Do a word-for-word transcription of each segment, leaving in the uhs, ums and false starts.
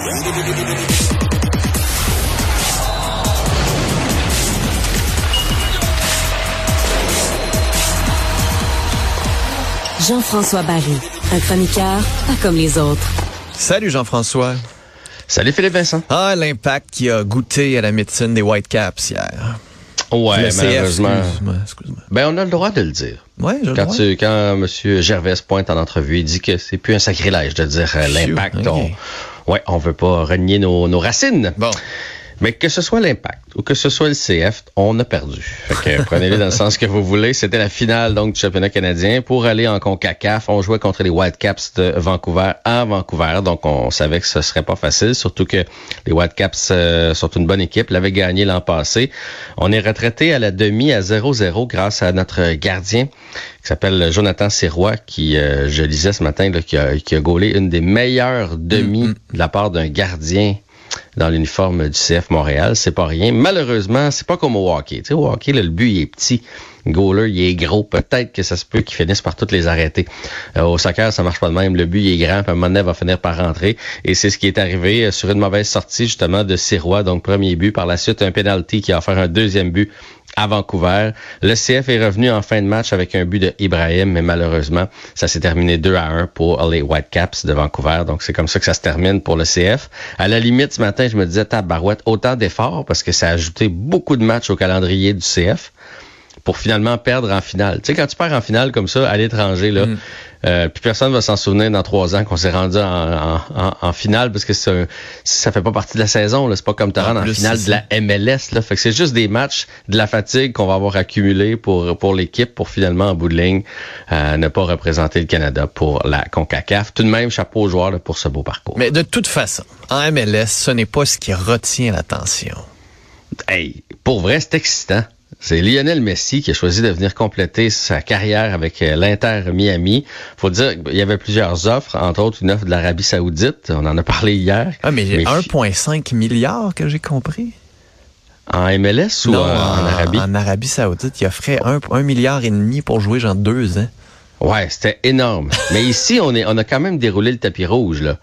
Jean-François Barry, un chroniqueur pas comme les autres. Salut Jean-François. Salut Philippe Vincent. Ah, l'Impact qui a goûté à la médecine des Whitecaps hier. Ouais, le C F, malheureusement. Excuse-moi, excuse-moi. Ben, on a le droit de le dire. Ouais, j'ai le quand droit. Tu, quand M. Gervais pointe en entrevue, il dit que c'est plus un sacrilège de dire euh, l'Impact. Okay. On, ouais, on veut pas renier nos, nos racines. Bon. Mais que ce soit l'Impact ou que ce soit le C F, on a perdu. Fait que prenez-le dans le sens que vous voulez. C'était la finale donc du championnat canadien. Pour aller en CONCACAF, on jouait contre les Whitecaps de Vancouver à Vancouver. Donc on savait que ce serait pas facile, surtout que les Whitecaps euh, sont une bonne équipe, l'avaient gagné l'an passé. On est retraité à la demi à zéro zéro grâce à notre gardien qui s'appelle Jonathan Sirois, qui, euh, je lisais ce matin, là, qui a, qui a gaulé une des meilleures demi mm-hmm. de la part d'un gardien dans l'uniforme du C F Montréal. C'est pas rien. Malheureusement, c'est pas comme au hockey. Tu sais, au hockey, là, le but, il est petit. Le goaler, il est gros. Peut-être que ça se peut qu'il finisse par toutes les arrêter. Euh, au soccer, ça marche pas de même. Le but, il est grand, puis à un moment donné, il va finir par rentrer. Et c'est ce qui est arrivé euh, sur une mauvaise sortie, justement, de Sirois. Donc, premier but. Par la suite, un penalty qui a offert un deuxième but à Vancouver. Le C F est revenu en fin de match avec un but de Ibrahim, mais malheureusement, ça s'est terminé deux à un pour les Whitecaps de Vancouver. Donc, c'est comme ça que ça se termine pour le C F. À la limite, ce matin, je me disais, tabarouette, autant d'efforts, parce que ça a ajouté beaucoup de matchs au calendrier du C F pour finalement perdre en finale. Tu sais, quand tu perds en finale comme ça, à l'étranger, là, mm. euh, puis personne va s'en souvenir dans trois ans qu'on s'est rendu en, en, en, en finale, parce que c'est un, ça fait pas partie de la saison, là. C'est pas comme te rendre en finale de la M L S, là. Fait que c'est juste des matchs de la fatigue qu'on va avoir accumulé pour, pour l'équipe, pour finalement, en bout de ligne, euh, ne pas représenter le Canada pour la CONCACAF. Tout de même, chapeau aux joueurs, là, pour ce beau parcours. Mais de toute façon, en M L S, ce n'est pas ce qui retient l'attention. Hey, pour vrai, c'est excitant. C'est Lionel Messi qui a choisi de venir compléter sa carrière avec l'Inter Miami. Faut dire qu'il y avait plusieurs offres, entre autres une offre de l'Arabie Saoudite. On en a parlé hier. Ah, mais, mais un virgule cinq milliard que j'ai compris. En M L S ou non, en, en Arabie? En Arabie Saoudite, il offrait un, un milliard et demi pour jouer genre deux ans. Ouais, c'était énorme. Mais ici, on est, on a quand même déroulé le tapis rouge, là.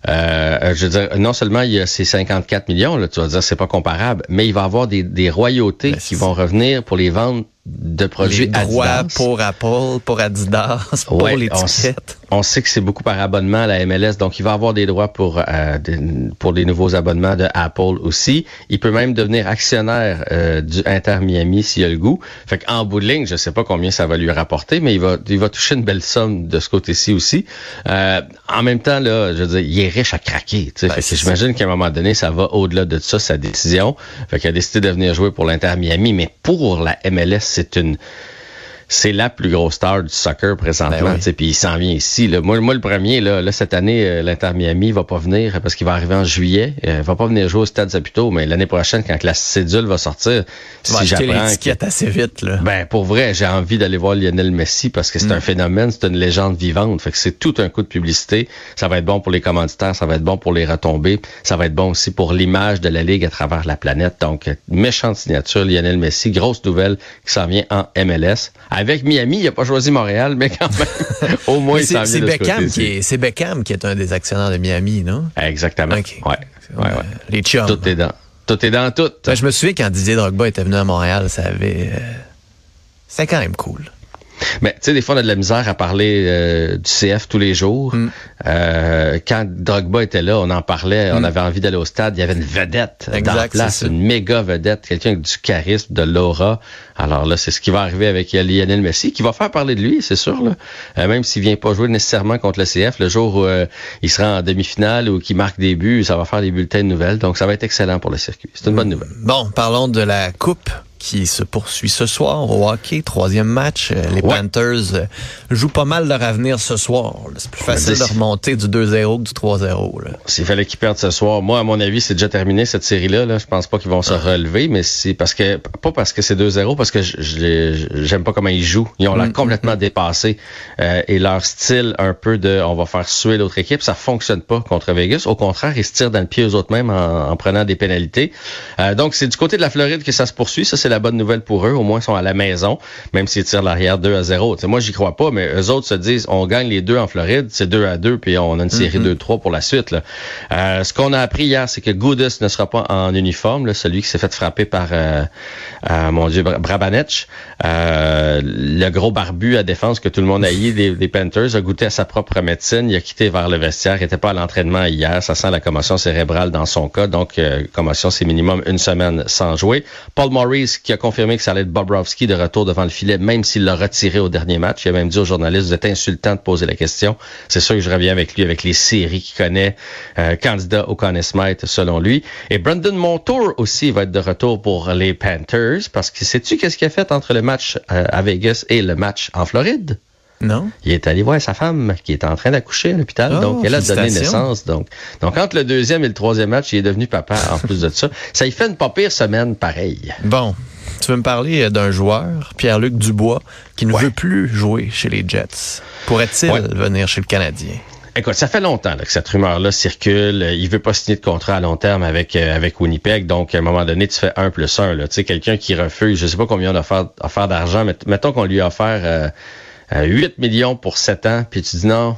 Euh, je veux dire, non seulement il y a ces cinquante-quatre millions, là, tu vas dire c'est pas comparable, mais il va y avoir des, des royautés ben, qui vont revenir pour les ventes de produits les droits Adidas. Pour Apple, pour Adidas, pour ouais, l'étiquette. On, on sait que c'est beaucoup par abonnement à la M L S, donc il va y avoir des droits pour euh, des, pour les nouveaux abonnements de Apple aussi. Il peut même devenir actionnaire euh, du Inter Miami s'il a le goût. Fait qu'en bout de ligne, je sais pas combien ça va lui rapporter, mais il va il va toucher une belle somme de ce côté-ci aussi. Euh, en même temps, là, je veux dire, il est riche à craquer. Ben, fait que j'imagine qu'à un moment donné, ça va au-delà de ça, sa décision. Fait qu'il a décidé de venir jouer pour l'Inter Miami, mais pour la M L S, c'est une c'est la plus grosse star du soccer présentement, ben oui. Puis il s'en vient ici. Là. Moi, moi, le premier, là, là cette année, euh, l'Inter Miami va pas venir parce qu'il va arriver en juillet. Euh, il va pas venir jouer au Stade Saputo, mais l'année prochaine, quand la cédule va sortir, tu si j'apprends l'étiquette que, assez vite, là. Ben pour vrai, j'ai envie d'aller voir Lionel Messi parce que c'est mm. un phénomène, c'est une légende vivante. Fait que c'est tout un coup de publicité. Ça va être bon pour les commanditaires, ça va être bon pour les retombées, ça va être bon aussi pour l'image de la Ligue à travers la planète. Donc, méchante signature, Lionel Messi, grosse nouvelle qui s'en vient en M L S. Avec Miami, il n'a pas choisi Montréal, mais quand même, au moins, il s'en vient de ce côté-ci. Qui est, c'est Beckham qui est un des actionnaires de Miami, non? Exactement. Okay. Ouais. Ouais, ouais. Les chums. Tout est dans, tout est dans tout. Ben, je me souviens quand Didier Drogba était venu à Montréal, ça avait... Euh, c'était quand même cool. Mais tu sais, des fois, on a de la misère à parler euh, du C F tous les jours. Mm. Euh, quand Drogba était là, on en parlait, mm. on avait envie d'aller au stade. Il y avait une vedette exact, dans la place, une méga vedette, quelqu'un avec du charisme, de l'aura. Alors là, c'est ce qui va arriver avec Lionel Messi, qui va faire parler de lui, c'est sûr. Là. Euh, même s'il vient pas jouer nécessairement contre le C F, le jour où euh, il sera en demi-finale ou qu'il marque des buts, ça va faire des bulletins de nouvelles. Donc, ça va être excellent pour le circuit. C'est une bonne nouvelle. Bon, parlons de la Coupe qui se poursuit ce soir au hockey, troisième match. Les ouais. Panthers jouent pas mal leur avenir ce soir. C'est plus facile de remonter du deux zéro que du trois zéro. Là. S'il fallait qu'ils perdent ce soir, moi, à mon avis, c'est déjà terminé cette série-là. Là. Je pense pas qu'ils vont se relever, mais c'est parce que pas parce que c'est deux zéro, parce que je, je, j'aime pas comment ils jouent. Ils ont l'air mmh, complètement mmh. dépassés. Euh, et leur style, un peu de on va faire suer l'autre équipe, ça fonctionne pas contre Vegas. Au contraire, ils se tirent dans le pied eux autres mêmes en, en prenant des pénalités. Euh, donc, c'est du côté de la Floride que ça se poursuit. Ça, c'est la bonne nouvelle pour eux. Au moins, ils sont à la maison, même s'ils tirent l'arrière deux à zéro. T'sais, moi, j'y crois pas, mais eux autres se disent, on gagne les deux en Floride, c'est deux à deux, puis on a une série mm-hmm. deux trois pour la suite. Là. Euh, ce qu'on a appris hier, c'est que Gudas ne sera pas en uniforme, là, celui qui s'est fait frapper par, euh, euh, mon Dieu, Brabanec. Euh, le gros barbu à défense que tout le monde haït des, des Panthers a goûté à sa propre médecine. Il a quitté vers le vestiaire. Il n'était pas à l'entraînement hier. Ça sent la commotion cérébrale dans son cas. Donc, euh, commotion, c'est minimum une semaine sans jouer. Paul Maurice qui a confirmé que ça allait être Bobrovsky de retour devant le filet, même s'il l'a retiré au dernier match. Il a même dit aux journalistes, vous êtes insultant de poser la question. C'est sûr que je reviens avec lui, avec les séries qu'il connaît. Euh, candidat au Conn Smythe, selon lui. Et Brandon Montour aussi va être de retour pour les Panthers. Parce que sais-tu qu'est-ce qu'il a fait entre le match euh, à Vegas et le match en Floride? Non. Il est allé voir sa femme qui est en train d'accoucher à l'hôpital. Oh, donc, elle a donné naissance. Donc, donc, entre le deuxième et le troisième match, il est devenu papa en plus de ça. Ça y fait une pas pire semaine pareille. Bon. Tu veux me parler d'un joueur, Pierre-Luc Dubois, qui ne ouais. veut plus jouer chez les Jets. Pourrait-il ouais. venir chez le Canadien? Écoute, ça fait longtemps là, que cette rumeur-là circule. Il veut pas signer de contrat à long terme avec euh, avec Winnipeg. Donc, à un moment donné, tu fais un plus un. Tu sais, quelqu'un qui refuse, je sais pas combien on a offert, offert d'argent, mais mettons qu'on lui a offert euh, euh, huit millions pour sept ans, puis tu dis non,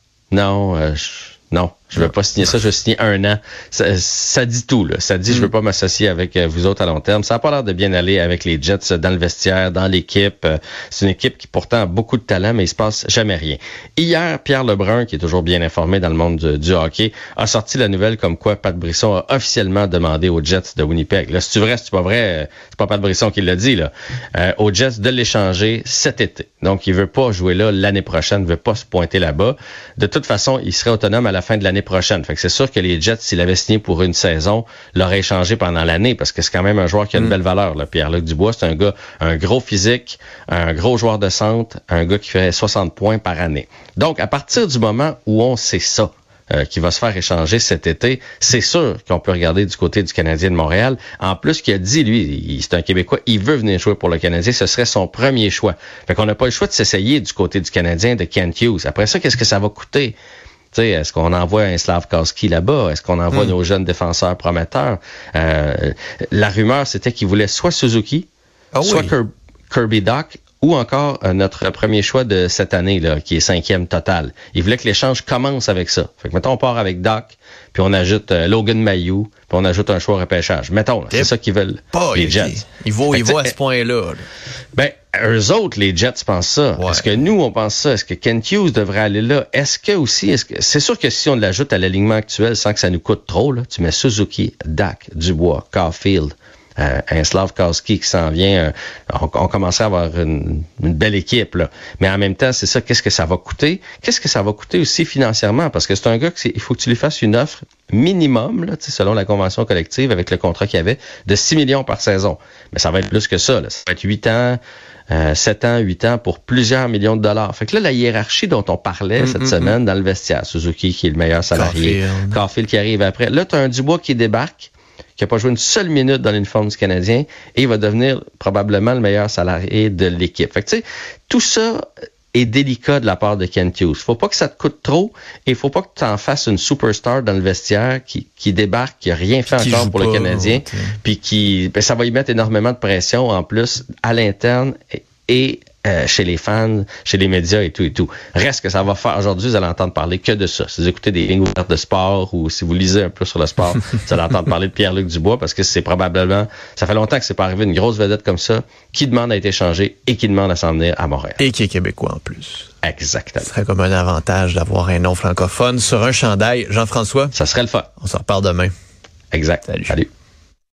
non, euh, je, non. Je veux pas signer ça, je veux signer un an. Ça, ça dit tout, là. Ça dit, mm. je veux pas m'associer avec euh, vous autres à long terme. Ça a pas l'air de bien aller avec les Jets dans le vestiaire, dans l'équipe. Euh, c'est une équipe qui pourtant a beaucoup de talent, mais il se passe jamais rien. Hier, Pierre Lebrun, qui est toujours bien informé dans le monde du, du hockey, a sorti la nouvelle comme quoi Pat Brisson a officiellement demandé aux Jets de Winnipeg. Là, c'est vrai, c'est pas vrai, c'est pas Pat Brisson qui l'a dit, là. Euh, aux Jets de l'échanger cet été. Donc, il veut pas jouer là l'année prochaine, il veut pas se pointer là-bas. De toute façon, il serait autonome à la fin de l'année prochaine. Fait que c'est sûr que les Jets, s'il avait signé pour une saison, l'auraient échangé pendant l'année parce que c'est quand même un joueur qui a une mm. belle valeur. Là. Pierre-Luc Dubois, c'est un gars, un gros physique, un gros joueur de centre, un gars qui fait soixante points par année. Donc, à partir du moment où on sait ça, euh, qui va se faire échanger cet été, c'est sûr qu'on peut regarder du côté du Canadien de Montréal. En plus, qu'il a dit, lui, il, c'est un Québécois, il veut venir jouer pour le Canadien, ce serait son premier choix. Fait qu'on n'a pas le choix de s'essayer du côté du Canadien de Kent Hughes. Après ça, qu'est-ce que ça va coûter? T'sais, est-ce qu'on envoie un Slavkovski là-bas? Est-ce qu'on envoie mm. nos jeunes défenseurs prometteurs? Euh, la rumeur, c'était qu'il voulait soit Suzuki, oh soit oui. Kirby Dach, ou encore euh, notre premier choix de cette année, là, qui est cinquième total. Il voulait que l'échange commence avec ça. Fait que mettons, on part avec Dach, puis on ajoute euh, Logan Mailloux, puis on ajoute un choix au repêchage. Mettons, là, c'est ça qu'ils veulent, pas, les il, Jets. Il vaut, il vaut à ce point-là. Là. Ben, eux autres, les Jets, pensent ça. Ouais. Est-ce que nous, on pense ça? Est-ce que Kent Hughes devrait aller là? Est-ce que aussi, est-ce que, c'est sûr que si on l'ajoute à l'alignement actuel sans que ça nous coûte trop, là, tu mets Suzuki, Dach, Dubois, Caulfield, euh, un Slavkovski qui s'en vient, euh, on, on commencerait à avoir une, une belle équipe, là. Mais en même temps, c'est ça, qu'est-ce que ça va coûter? Qu'est-ce que ça va coûter aussi financièrement? Parce que c'est un gars qu'il faut que tu lui fasses une offre minimum, là, selon la convention collective avec le contrat qu'il y avait, de six millions par saison. Mais ça va être plus que ça, là. Ça va être huit ans, Euh, sept ans, huit ans pour plusieurs millions de dollars. Fait que là, la hiérarchie dont on parlait mm-hmm. cette semaine dans le vestiaire, Suzuki qui est le meilleur salarié, Caulfield qui arrive après. Là, tu as un Dubois qui débarque, qui n'a pas joué une seule minute dans l'uniforme du Canadien et il va devenir probablement le meilleur salarié de l'équipe. Fait que tu sais, tout ça est délicat de la part de Kent Hughes. Faut pas que ça te coûte trop et faut pas que tu en fasses une superstar dans le vestiaire qui, qui débarque, qui a rien fait encore pour pas, le Canadien, okay. puis qui, ben, ça va y mettre énormément de pression en plus à l'interne et, et euh, chez les fans, chez les médias et tout et tout. Reste que ça va faire aujourd'hui, vous allez entendre parler que de ça. Si vous écoutez des lignes ouvertes de sport ou si vous lisez un peu sur le sport, vous allez entendre parler de Pierre-Luc Dubois parce que c'est probablement, ça fait longtemps que c'est pas arrivé une grosse vedette comme ça qui demande à être échangée et qui demande à s'en venir à Montréal. Et qui est québécois en plus. Exactement. Ce serait comme un avantage d'avoir un nom francophone sur un chandail. Jean-François? Ça serait le fun. On se reparle demain. Exact. Salut. Salut.